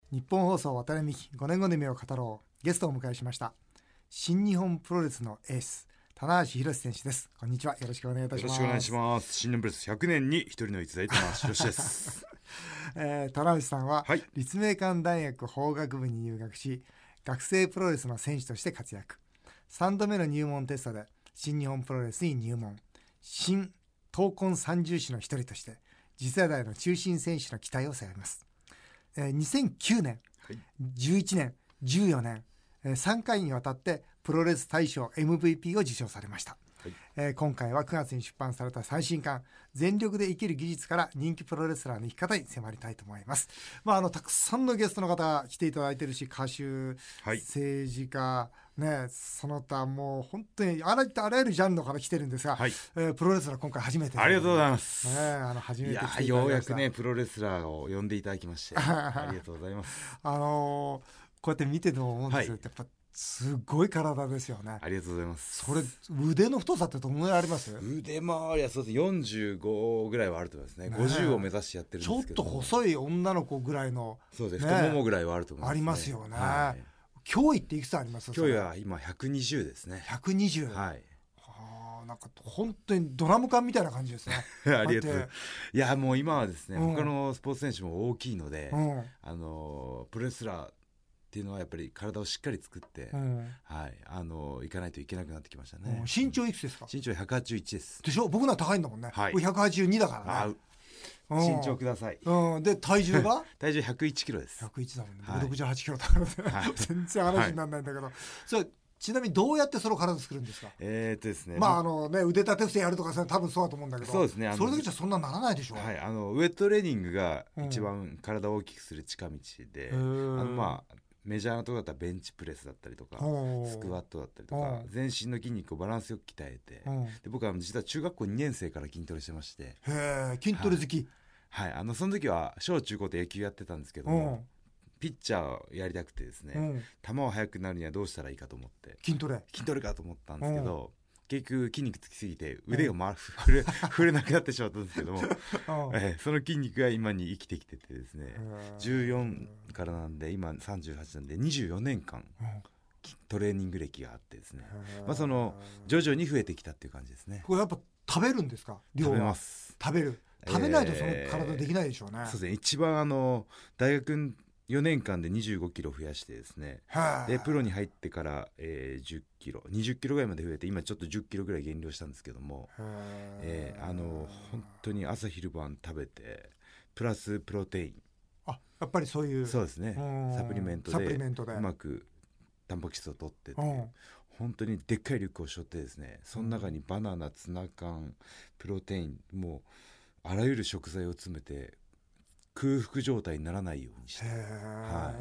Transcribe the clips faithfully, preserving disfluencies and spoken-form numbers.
日本放送渡辺美希ごねんごの夢を語ろう。ゲストをお迎えしました。新日本プロレスのエース棚橋宏選手です。こんにちは、よろしくお願いいたします。 よろしくお願いします。新日本プロレスひゃくねんに一人の逸材棚橋宏です、 えー、棚橋さんは、 はい、 立命館大学法学部に入学し、学生プロレスの選手として活躍。さんどめの入門テストで新日本プロレスに入門。新闘魂三重士の一人として次世代の中心選手の期待を背負います。えー、にせんきゅうねん、はい、じゅういちねん、じゅうよねん、えー、さんかいにわたってプロレス大賞 エムブイピー を受賞されました。はい、えー、今回はくがつに出版された最新刊全力で生きる技術から人気プロレスラーの生き方に迫りたいと思います。まあ、あのたくさんのゲストの方来ていただいているし、歌手、はい、政治家ね、その他もう本当にあらゆるあらゆるジャンルから来てるんですが、はい、えー、プロレスラー今回初めて、 ありがとうございます、 ね、あの初めて来ていただきました。 いやようやくねプロレスラーを呼んでいただきましてありがとうございます。 あのー、こうやって見てても思うんですけど、はい、やっぱすごい体ですよね。 ありがとうございます。 それ腕の太さってどのぐらいあります？ 腕周りはそうですよんじゅうごぐらいはあると思いますね。ね、ごじゅうを目指してやってるんですけど、 ちょっと細い女の子ぐらいの、 そうです、ね、太ももぐらいはあると思います、ね、 ありますよね、はい。脅威っていくつあります？ 脅威は今ひゃくにじゅうですね。 ひゃくにじゅう、 はい。 はあ、なんか本当にドラム缶みたいな感じですねありがとう。いやもう今はですね、 うん、 他のスポーツ選手も大きいので、うん、あのプロレスラーっていうのはやっぱり体をしっかり作って、うん、はい、あのいかないといけなくなってきましたね、 うん、身長いくつですか？ 身長ひゃくはちじゅういちです。 でしょ。僕のは高いんだもんね、はい、ひゃくはちじゅうにだからね。 身長ください、 うん、で体重が体重ひゃくいちキロです。 ひゃくいちだもんね、はい、ろくじゅうはちキロだからね、はい、全然話にならないんだけど、はい、それちなみにどうやってその体作るんですか？ えーっとですね、 まああのね、腕立て伏せやるとか多分そうだと思うんだけど、 そうですね、 それだけじゃそんなならないでしょ。 はい、あのウエットトレーニングが一番体を大きくする近道で、うん、あのまあメジャーなところだったらベンチプレスだったりとかスクワットだったりとか全身の筋肉をバランスよく鍛えて、で僕は実は中学校にねん生から筋トレしてまして。 へー、筋トレ好き。 はい、はい、あのその時は小中高と野球やってたんですけども、ピッチャーをやりたくてですね、うん、球を速くなるにはどうしたらいいかと思って筋トレ筋トレかと思ったんですけど、結局筋肉つきすぎて腕が回る振れ振れなくなってしまったんですけどもえその筋肉が今に生きてきててですね、じゅうよんからなんで今さんじゅうはちなんでにじゅうよねんかんトレーニング歴があってですね、まあ、その徐々に増えてきたっていう感じですね。 これやっぱ食べるんですか？量は食べます。 食べる食べないとその体できないでしょうね、えー、 そうですね。一番あの大学よねんかんでにじゅうごキロ増やしてですね、でプロに入ってから、えー、じゅっキロにじゅっキロぐらいまで増えて、今ちょっとじゅっキロぐらい減量したんですけども、えー、あの本当に朝昼晩食べてプラスプロテイン、 あやっぱりそういうそうですね、サプリメント で, でうまくタンパク質を取ってて、本当にでっかいリュックを背負ってですね、その中にバナナ、ツナ缶、プロテイン、もうあらゆる食材を詰めて空腹状態にならないようにして、はい、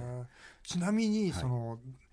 ちなみにその、はい、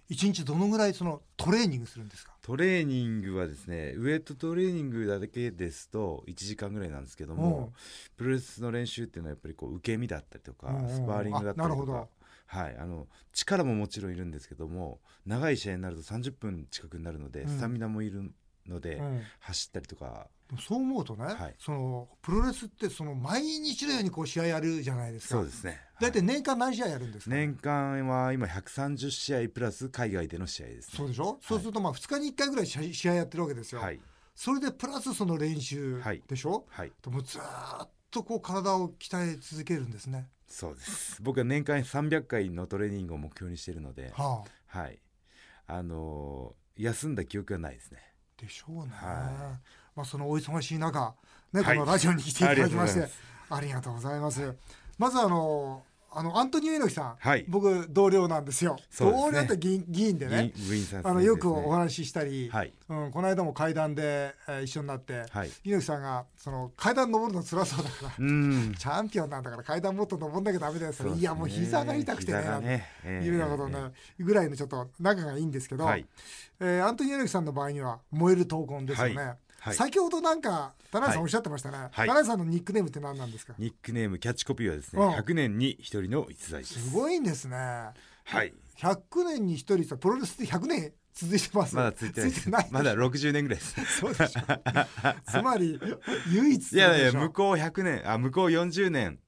いちにちどのぐらいそのトレーニングするんですか？ トレーニングはですね、ウエイトトレーニングだけですといちじかんぐらいなんですけども、プロレスの練習っていうのはやっぱりこう受け身だったりとか、スパーリングだったりとか、はい、あの力ももちろんいるんですけども、長い試合になるとさんじゅっぷん近くになるので、うん、スタミナもいるので、うん、走ったりとか。 そう思うとね、はい、そのプロレスってその毎日のようにこう試合やるじゃないですか。 そうですね。 だいたい年間何試合やるんですか？ 年間は今ひゃくさんじゅうしあいプラス海外での試合ですね。 そうでしょ、はい、そうするとまあふつかにいっかいぐらい試合やってるわけですよ、はい、それでプラスその練習でしょ、はいはい、ともうずっとこう体を鍛え続けるんですね。 そうです。僕は年間さんびゃっかいのトレーニングを目標にしているので、はあ、はい、あのー、休んだ記憶はないですね。 でしょうね、はい、まあ、そのお忙しい中、ね、このラジオに来ていただきまして、はい、ありがとうございます。まずあのあのアントニオ猪木さん、はい、僕同僚なんですよ。すね、同僚って議員、議員でね、あのよくお話ししたり、はい、うん、この間も階段で、えー、一緒になって、はい、猪木さんがその階段登るの辛そうだから、うん、チャンピオンなんだから階段もっと登んなきゃダメだよ、ね、いやもう膝が痛くてね、ね、えー、いうようなことね、えー、ぐらいのちょっと仲がいいんですけど、はい、えー、アントニオ猪木さんの場合には燃える闘魂ですよね。はいはい、先ほどなんか田中さんおっしゃってましたね、はい、田中さんのニックネームって何なんですか？ ニックネームキャッチコピーはですね、うん、ひゃくねんに一人の逸材です。 すごいんですね。 はい、 ひゃくねんに一人さ、プロレスってひゃくねん続いてます？ まだ続いてないです。ないまだろくじゅうねんぐらいです。 そうでしょつまり唯一でしょ。 いやいや向こうひゃくねん、あ向こうよんじゅうねん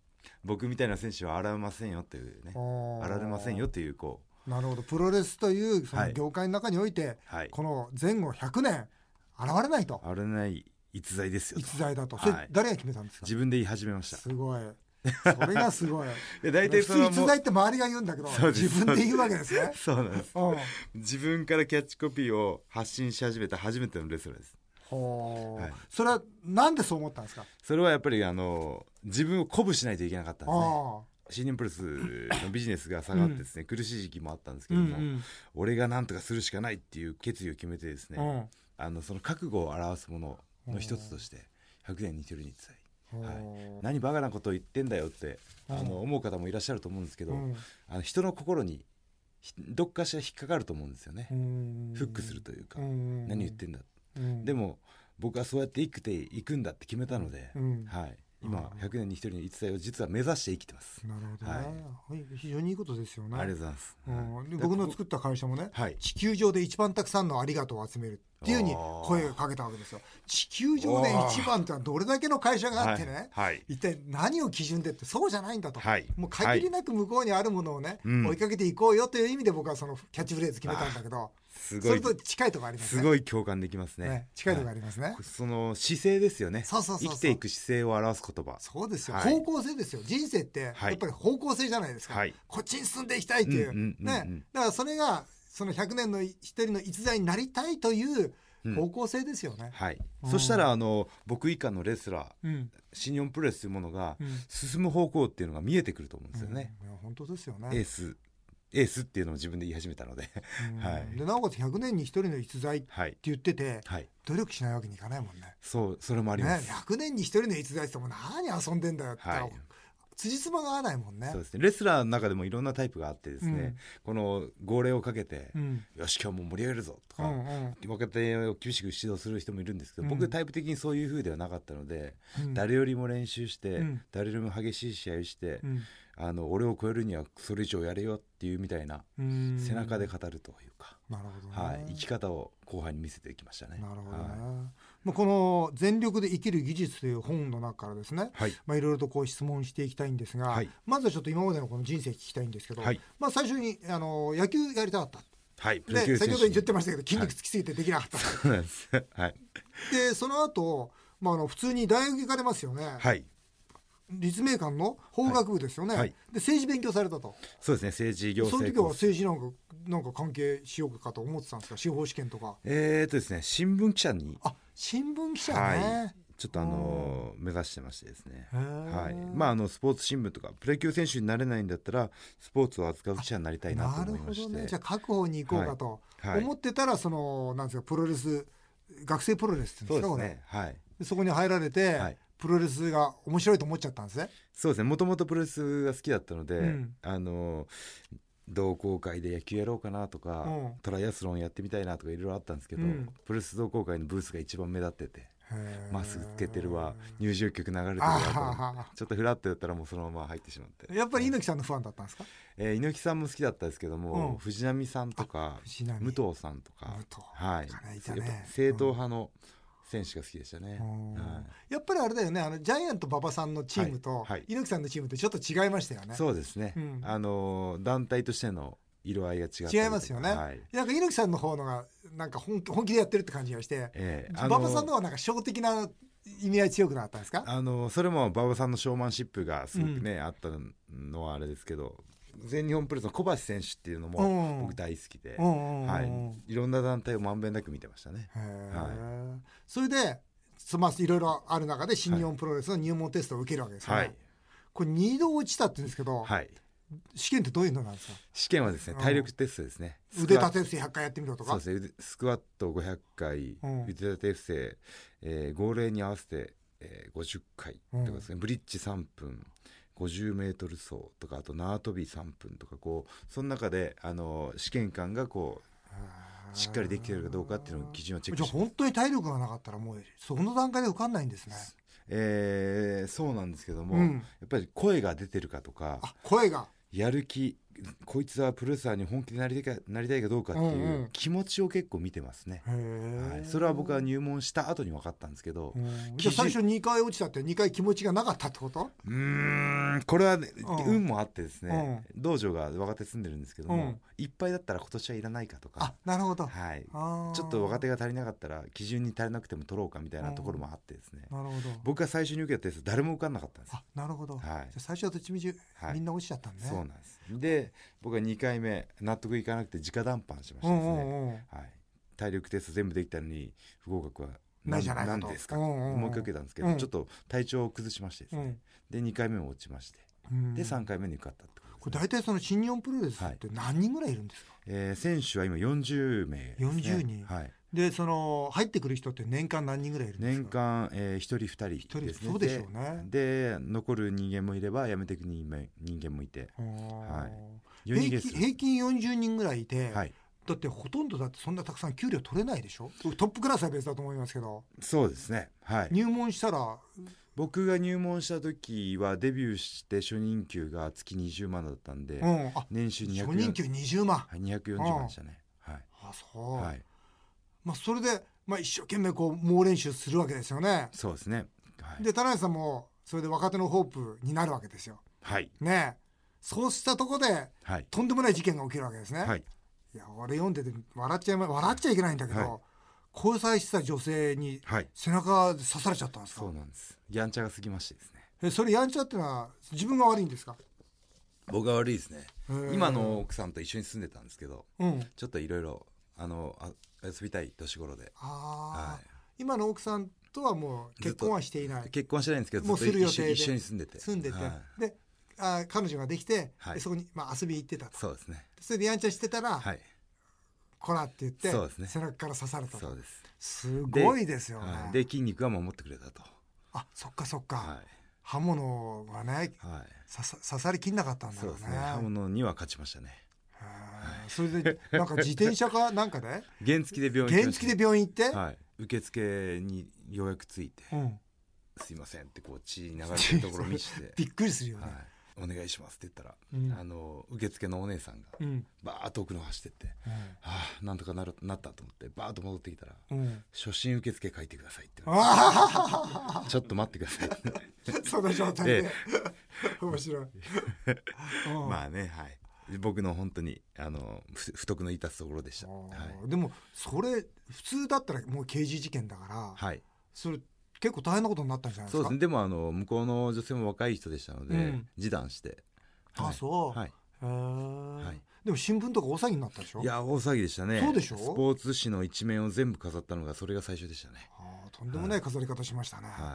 僕みたいな選手は洗いませんよというね、洗われませんよというこう。 なるほど。プロレスというその業界の中において、はい、この前後ひゃくねん現れないと。 現れない逸材ですよと。 逸材だと。それ誰が決めたんですか？ 自分で言い始めました。 すごい。それがすごい。 大体その普通逸材って周りが言うんだけど、自分で言うわけですね。 そうなんです。自分からキャッチコピーを発信し始めた初めてのレスラーです。 はい、それはなんでそう思ったんですか？ それはやっぱりあの自分を鼓舞しないといけなかったんですね。新日本プロレスのビジネスが下がってですね、うん、苦しい時期もあったんですけども、うんうん、俺が何とかするしかないっていう決意を決めてですね、うん、あのその覚悟を表すものの一つとしてひゃくねんに一人に一代、はい、何バカなことを言ってんだよってあの思う方もいらっしゃると思うんですけど、うん、あの人の心にどっかしら引っかかると思うんですよね。フックするというか、何言ってんだ、うん、でも僕はそうやって生きていくんだって決めたので、うん、はい、今ひゃくねんに一人の逸材を実は目指して生きてます。 なるほどね、はい、非常にいいことですよね。 ありがとうございます、 うん、で僕の作った会社もね、はい、地球上で一番たくさんのありがとうを集めるっていうふうに声をかけたわけですよ。地球上で一番ってのはどれだけの会社があってね、はいはい、一体何を基準でってそうじゃないんだと、はい、もう限りなく向こうにあるものをね、はい、追いかけていこうよという意味で僕はそのキャッチフレーズ決めたんだけど、すごいそれと近いところありますね。 すごい共感できます ね, ね近いところありますね、はい、 その姿勢ですよね。そうそうそうそう、生きていく姿勢を表す言葉。 そうですよ、はい、方向性ですよ。人生ってやっぱり方向性じゃないですか、はい、こっちに進んでいきたいっていう、うんうんうんうん、ね、だからそれがそのひゃくねんの一人の逸材になりたいという方向性ですよね、うん、 はい、そしたらあの僕以下のレスラー、うん、新日本プロレスというものが進む方向っていうのが見えてくると思うんですよね、 うん、いや本当ですよね。 エースエースっていうのを自分で言い始めたので、 はい、でなおかつひゃくねんに一人の逸材って言ってて、はい、努力しないわけにいかないもんね。 そうそれもあります、 ね、ひゃくねんに一人の逸材って言っても何遊んでんだよって言ったら、はい、辻褄が合わないもんね。 そうですね。レスラーの中でもいろんなタイプがあってですね、うん、この号令をかけて、うん、よし今日も盛り上げるぞとか、うんうん、若手を厳しく指導する人もいるんですけど、うん、僕タイプ的にそういう風ではなかったので、うん、誰よりも練習して、うん、誰よりも激しい試合をして、うん、あの俺を超えるにはそれ以上やれよっていうみたいな背中で語るというか、 なるほどね、 はい、生き方を後輩に見せていきましたね。 なるほどね、はい、まあ、この全力で生きる技術という本の中からですね、はい、まあ、いろいろとこう質問していきたいんですが、はい、まずはちょっと今までのこの人生聞きたいんですけど、はい、まあ、最初にあの野球やりたかった、はい、で先ほど言ってましたけど筋肉つきすぎてできなかった、はい、そうなんです、はい、でその後、まあ、あの普通に大学行かれますよね。はい、立命館の法学部ですよね、はいはい、で政治勉強されたと。 そうですね、政治行政。 その時は政治なんかなんか関係しようかと思ってたんですか？司法試験とか。 えーっとですね、新聞記者に。 あ、新聞記者ね、 はい、ちょっとあの目指してましてですね、はい、まああのスポーツ新聞とかプロ野球選手になれないんだったらスポーツを扱う記者になりたいなと思いまして。なるほどね。じゃあ各方に行こうかと思ってたら、はい、そのなんですか、プロレス学生プロレスって言うんですか？そうですね、はい、でそこに入られて、はい、プロレスが面白いと思っちゃったんですね。 そうですね、もともとプロレスが好きだったので、うん、あの同好会で野球やろうかなとか、うん、トライアスロンやってみたいなとかいろいろあったんですけど、うん、プロレス同好会のブースが一番目立ってて、マスクつけてるわ、入場曲流れてるわ、ちょっとフラッとやったらもうそのまま入ってしまって。 やっぱり猪木さんのファンだったんですか？ えー、猪木さんも好きだったですけども、うん、藤波さんとか武藤さんとか、はい、正統派の選手が好きでしたね、 はい、やっぱりあれだよね、あのジャイアント馬場さんのチームと、はいはい、猪木さんのチームってちょっと違いましたよね。 そうですね、うん、あの団体としての色合いが違った違いますよね、はい、なんか猪木さんの方のがなんか 本, 本気でやってるって感じがして、えー、馬場さんのはなんかショー的な意味合い強くなったんですか？ あのそれも馬場さんのショーマンシップがすごくね、うん、あったのはあれですけど、全日本プロレスの小橋選手っていうのも僕大好きで、はい、いろんな団体をまんべんなく見てましたね。 はい、それでまあ、いろいろある中で新日本プロレスの入門テストを受けるわけですよね、はい、これにど落ちたって言うんですけど、はい、試験ってどういうのなんですか？ 試験はですね、体力テストですね。 腕立て伏せひゃっかいやってみろとか。 そうですね、スクワットごひゃっかい、うん、腕立て伏せ、えー、号令に合わせて、えー、ごじゅっかいとかですね、うん、ブリッジさんぷん、ごじゅうメートル走とか、あと縄跳びさんぷんとか、こうその中であの試験官がこうしっかりできているかどうかっていうのを基準をチェックします。 じゃあ本当に体力がなかったらもうその段階で受かんないんですね。 えー、そうなんですけども、うん、やっぱり声が出てるかとか、 あ、声がやる気こいつはプロレスラーに本気でなりたいか、なりたいかどうかっていう気持ちを結構見てますね、うんうん、はい、それは僕は入門した後に分かったんですけど、 じゃあ最初にかい落ちたってにかい気持ちがなかったってこと？ うーんこれは、ね、うん、運もあってですね、うん、道場が若手住んでるんですけども、うん、いっぱいだったら今年はいらないかとか、 あ、なるほど、 はい、ちょっと若手が足りなかったら基準に足りなくても取ろうかみたいなところもあってですね、 なるほど、 僕が最初に受けたやつ誰も受かんなかったんです。 あ、なるほど、はい、じゃあ最初はどっちみちみんな落ちちゃったんね、 はい、そうなんです。で僕はにかいめ納得いかなくて直談判しましたですね、うんうんうん、はい、体力テスト全部できたのに不合格はないじゃないかと、 何ですか、うんうんうん、もう一回受けたんですけど、うん、ちょっと体調を崩しましてですね、うん、でにかいめも落ちまして、うん、でさんかいめに受かったってことです、ね、 これ大体その新日本プロレスって何人ぐらいいるんですか？ はい、えー、選手は今よんじゅうめいですね。 よんじゅうにん、 はい、 でその入ってくる人って年間何人ぐらいいるんですか？ 年間、えー、ひとりふたりですね。 そうでしょうね。 で、で残る人間もいれば辞めていく人間もいて、はい、 平均、平均よんじゅうにんぐらいいて、 はい、 だってほとんどだってそんなたくさん給料取れないでしょ？トップクラスは別だと思いますけど。 そうですね、はい、 入門したら、 僕が入門した時はデビューして初任給が月にじゅうまんだったんで、うん、年収にひゃくよんじゅう初任給にじゅうまん、 はい、にひゃくよんじゅうまんでしたね、うん、はい、 あ、そう、はい、まあ、それで、まあ、一生懸命こう猛練習するわけですよね。 そうですね、はい、 で田中さんもそれで若手のホープになるわけですよ、 はいね、そうしたところで、はい、とんでもない事件が起きるわけですね、はい、いや俺読んでて笑っちゃいま笑っちゃいけないんだけど、はい、交際してた女性に背中で刺されちゃったんですか？ そうなんです。やんちゃが過ぎましてですね。 え、それやんちゃってのは自分が悪いんですか？ 僕が悪いですね。今の奥さんと一緒に住んでたんですけど、うん、ちょっといろいろあのあ遊びたい年頃で、 あ、はい、今の奥さんとはもう結婚はしていない？ 結婚はしてないんですけど、 もうする予定で一緒に住んでて住んでて、はい、であ彼女ができて、はい、でそこに、まあ、遊びに行ってたと。 そうですね。 それでやんちゃしてたら、はい、こらって言って、 そうですね、背中から刺されたと。 そうです。 すごいですよね。 で、はい、で筋肉は守ってくれたと。 あ、そっかそっか、 はい、 刃物がね、はい、刺, 刺さりきんなかったんだろうね。 そうですね、刃物には勝ちましたね。 はい、それでなんか自転車かなんかで原付で病院原付で病院行って、 はい、受付にようやく着いて、うん、すいませんってこう血流れてるところを見せてびっくりするよね、 はい、お願いしますって言ったら、うん、あの受付のお姉さんが、うん、バーッと奥の走ってって、うん、はあ、なんとかなるなったと思ってバーッと戻ってきたら、うん、初診受付書いてくださいって言われてちょっと待ってくださいその状態で、ええ、面白いまあね、はい、僕の本当にあの不徳の致すところでした、はい、 でもそれ普通だったらもう刑事事件だから、はい、それ結構大変なことになったんじゃないですか？ そうですね。でもあの向こうの女性も若い人でしたので、うん、示談して、 はい、あ、そう、はい、へー、はい、でも新聞とか大騒ぎになったでしょ？ いや大騒ぎでしたね。 そうでしょ？ スポーツ紙の一面を全部飾ったのがそれが最初でしたね。 あ、とんでもない飾り方しましたね、 はい、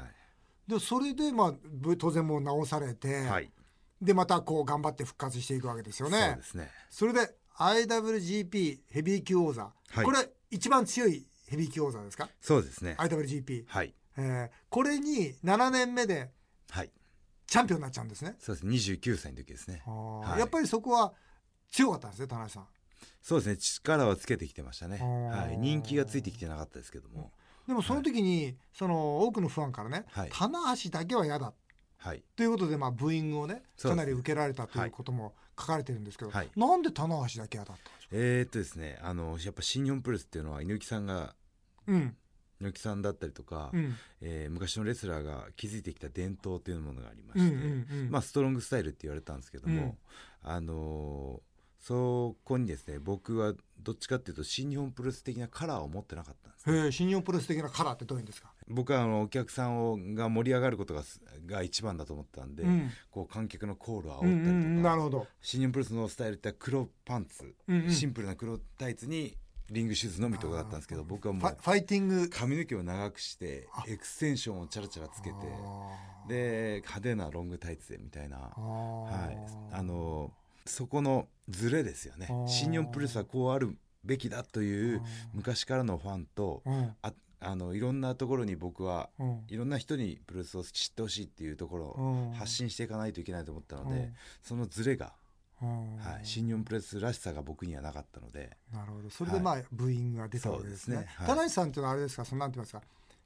でそれで、まあ、当然もう直されて、はい、でまたこう頑張って復活していくわけですよね。 そうですね。 それで アイダブリュージーピー ヘビー級王座、はい、これ一番強いヘビー級王座ですか？ そうですね。 アイダブリュージーピー、 はい、 えー、これにななねんめでチャンピオンになっちゃうんですね。 そうです。にじゅうきゅうさいの時ですね、 はい、やっぱりそこは強かったんですね、田中さん。 そうですね、力はつけてきてましたね、はい、人気がついてきてなかったですけども、 でもその時に、はい、その多くのファンからね、はい、棚橋だけは嫌だ、はい、ということで、まあ、ブーイングをねかなり受けられたということも書かれてるんですけど、はい、なんで棚橋だけ嫌だったんですか？ えー、っとですね、あのやっぱ新日本プロレスっていうのは猪木さんが、うん、猪木さんだったりとか、うん、えー、昔のレスラーが築いてきた伝統というものがありまして、うんうんうん、まあ、ストロングスタイルって言われたんですけども、うん、あのーそこにですね、僕はどっちかっていうと新日本プロレス的なカラーを持ってなかったんです、ね、 へ、新日本プロレス的なカラーってどういうんですか？ 僕はあのお客さんをが盛り上がることがが一番だと思ったんで、うん、こう観客のコールを煽ったりとか、うんうん、なるほど、新日本プロレスのスタイルって黒パンツ、うんうん、シンプルな黒タイツにリングシューズのみとかだったんですけど、僕はもうファイティング髪の毛を長くしてエクステンションをチャラチャラつけて、で派手なロングタイツでみたいな、はい、あのそこのズレですよね。新日本プロレスはこうあるべきだという昔からのファンと、うん、ああのいろんなところに僕は、うん、いろんな人にプロレスを知ってほしいっていうところを発信していかないといけないと思ったので、うん、そのズレが、はい、新日本プロレスらしさが僕にはなかったので、 なるほど、それでまあ、はい、ブーイングが出たわけですね。 そうですね、はい、 田中さんというのはあれですか、そのなんて言いますか、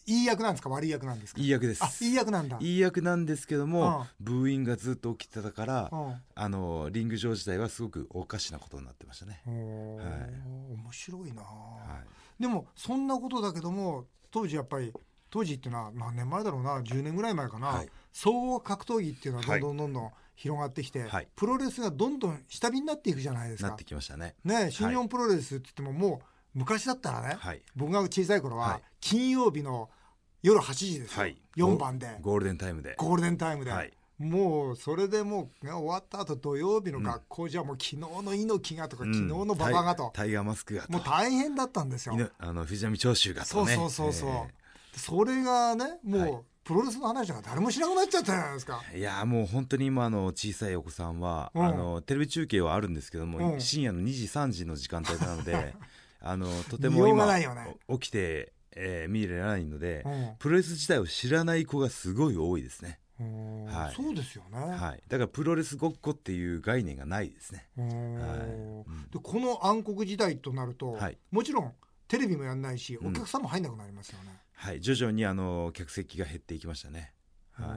いい役なんですか悪い役なんですか？ いい役です。 あ、いい役なんだ。 いい役なんですけども、 うん、 ブーイングがずっと起きてたから、 うん、 あのリング上自体はすごくおかしなことになってましたね。はい、 面白いな、 はい、 でもそんなことだけども当時やっぱり当時っていうのは何年前だろうな、じゅうねんぐらい前かな、はい、総合格闘技っていうのはどんどんどんどん広がってきて、はい、プロレスがどんどん下火になっていくじゃないですか。 なってきましたね。 ね、新日本プロレスって言ってももう昔だったらね、はい、僕が小さい頃は金曜日の夜はちじですよ、はい、よんばんでゴールデンタイムでゴールデンタイムで、はい、もうそれでもう終わった後土曜日の学校じゃもう昨日の猪木がとか、うん、昨日の馬場がと、 タイガーマスクがともう大変だったんですよ。 あの藤波長州がとね。 そうそうそうそう、えー、それがねもう、はい、プロレスの話が誰もしなくなっちゃったじゃないですか。 いやもう本当に今の小さいお子さんは、うん、あのテレビ中継はあるんですけども、うん、深夜のにじさんじの時間帯なのであのとても今、ね、起きて、えー、見れないので、うん、プロレス自体を知らない子がすごい多いですね。 はい、そうですよね、 はい、だからプロレスごっこっていう概念がないですね。はい、 でこの暗黒時代となると、はい、もちろんテレビもやんないしお客さんも入んなくなりますよね。 うん、はい、徐々にあの客席が減っていきましたね。 はい、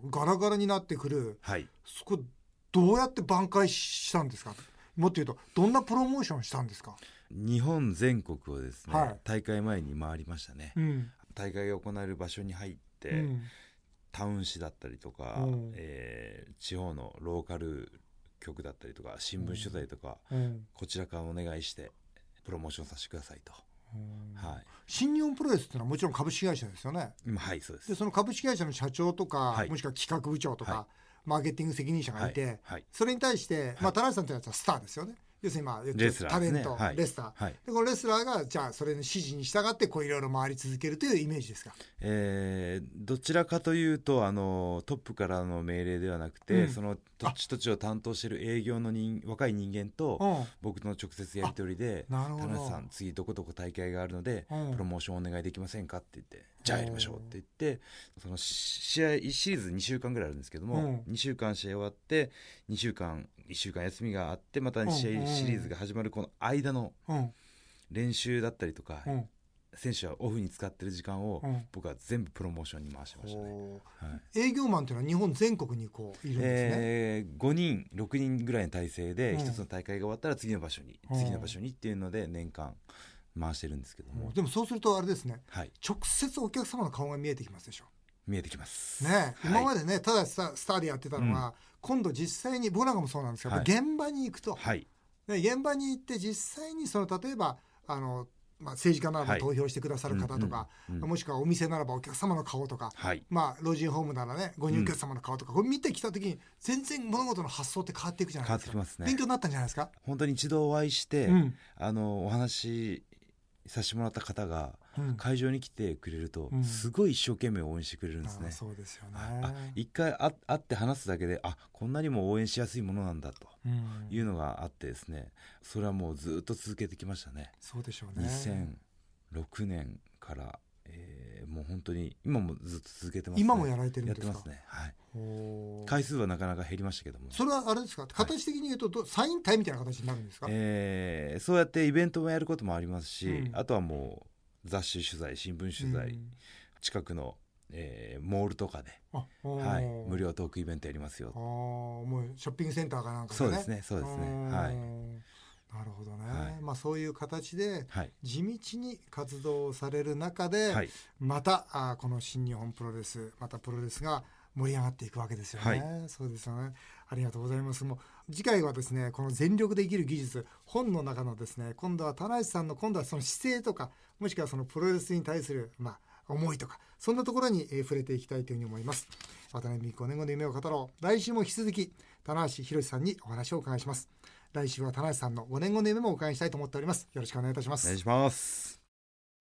ガラガラになってくる、 はい、 そこどうやって挽回したんですか？もっと言うとどんなプロモーションしたんですか？ 日本全国をですね、はい、大会前に回りましたね。 うん、 大会が行われる場所に入って、うん、タウン誌だったりとか、うん、えー、地方のローカル局だったりとか新聞取材とか、うん、こちらからお願いしてプロモーションさせてくださいと。はい、 新日本プロレスってのはもちろん株式会社ですよね。 はい、そうです。 でその株式会社の社長とか、はい、もしくは企画部長とか、はい、マーケティング責任者がいて、はいはい、それに対して、はい、まあ、田中さんというやつはスターですよね。要するにまあレスラータレント、 はい、 レスラー、はい、でこのレスラーがじゃあそれの指示に従ってこういろいろ回り続けるというイメージですか？ えー、どちらかというとあのトップからの命令ではなくて、うん、その土地土地を担当している営業の人若い人間と、うん、僕の直接やり取りで田中さん次どこどこ大会があるので、うん、プロモーションお願いできませんかって言ってじゃあやりましょうって言ってその試合シリーズにしゅうかんぐらいあるんですけども、うん、にしゅうかん試合終わってにしゅうかんいっしゅうかん休みがあってまた試合シリーズが始まるこの間の練習だったりとか、うん、選手はオフに使ってる時間を僕は全部プロモーションに回してましたね。 はい、営業マンというのは日本全国にこういるんですね。 えー、ごにんろくにんぐらいの体制で一つの大会が終わったら次の場所に、うん、次の場所にっていうので年間回してるんですけども、 でもそうするとあれですね、 はい、 直接お客様の顔が見えてきますでしょ。 見えてきますね、はい、今までねただス タ, スターでやってたのは、うん、今度実際に僕なんかもそうなんですけど、はい、現場に行くと、はい、で現場に行って実際にその例えばあの、まあ、政治家ならば投票してくださる方とか、はいうんうんうん、もしくはお店ならばお客様の顔とか、はい、まあ、老人ホームならねご入居者様の顔とか、うん、これ見てきた時に全然物事の発想って変わっていくじゃないですか。 変わってきますね。 勉強になったんじゃないですか。 本当に一度お会いして、うん、あのお話させてもらった方が会場に来てくれると、うん、すごい一生懸命応援してくれるんですね。 そうですよね。 あ一回会って話すだけであこんなにも応援しやすいものなんだというのがあってですね、それはもうずっと続けてきましたね。 そうでしょうね。 にせんろくねんから、えー、もう本当に今もずっと続けてますね。 今もやられてるんですか？ やってますね。はい。回数はなかなか減りましたけども。 それはあれですか、形的に言うと、はい、サイン会みたいな形になるんですか？ えー、そうやってイベントもやることもありますし、うん、あとはもう雑誌取材新聞取材、うん、近くの、えー、モールとかで、はい、無料トークイベントやりますよ。 あもうショッピングセンターかなんかでね。そうですねそうですね。はい。 なるほどね。はい、まあ、そういう形で地道に活動される中で、はい、またあこの新日本プロレスまたプロレスが盛り上がっていくわけですよね。はい、そうですよね。ありがとうございます。もう次回はですねこの全力で生きる技術本の中のですね今度は田中さんの今度はその姿勢とかもしくはそのプロレスに対するまあ思いとかそんなところに、えー、触れていきたいというふうに思います。渡辺美希ごねんごの夢を語ろう。来週も引き続き田中宏さんにお話をお伺いします。来週は田中さんのごねんごの夢もお伺いしたいと思っております。よろしくお願いいたします。 お願いします。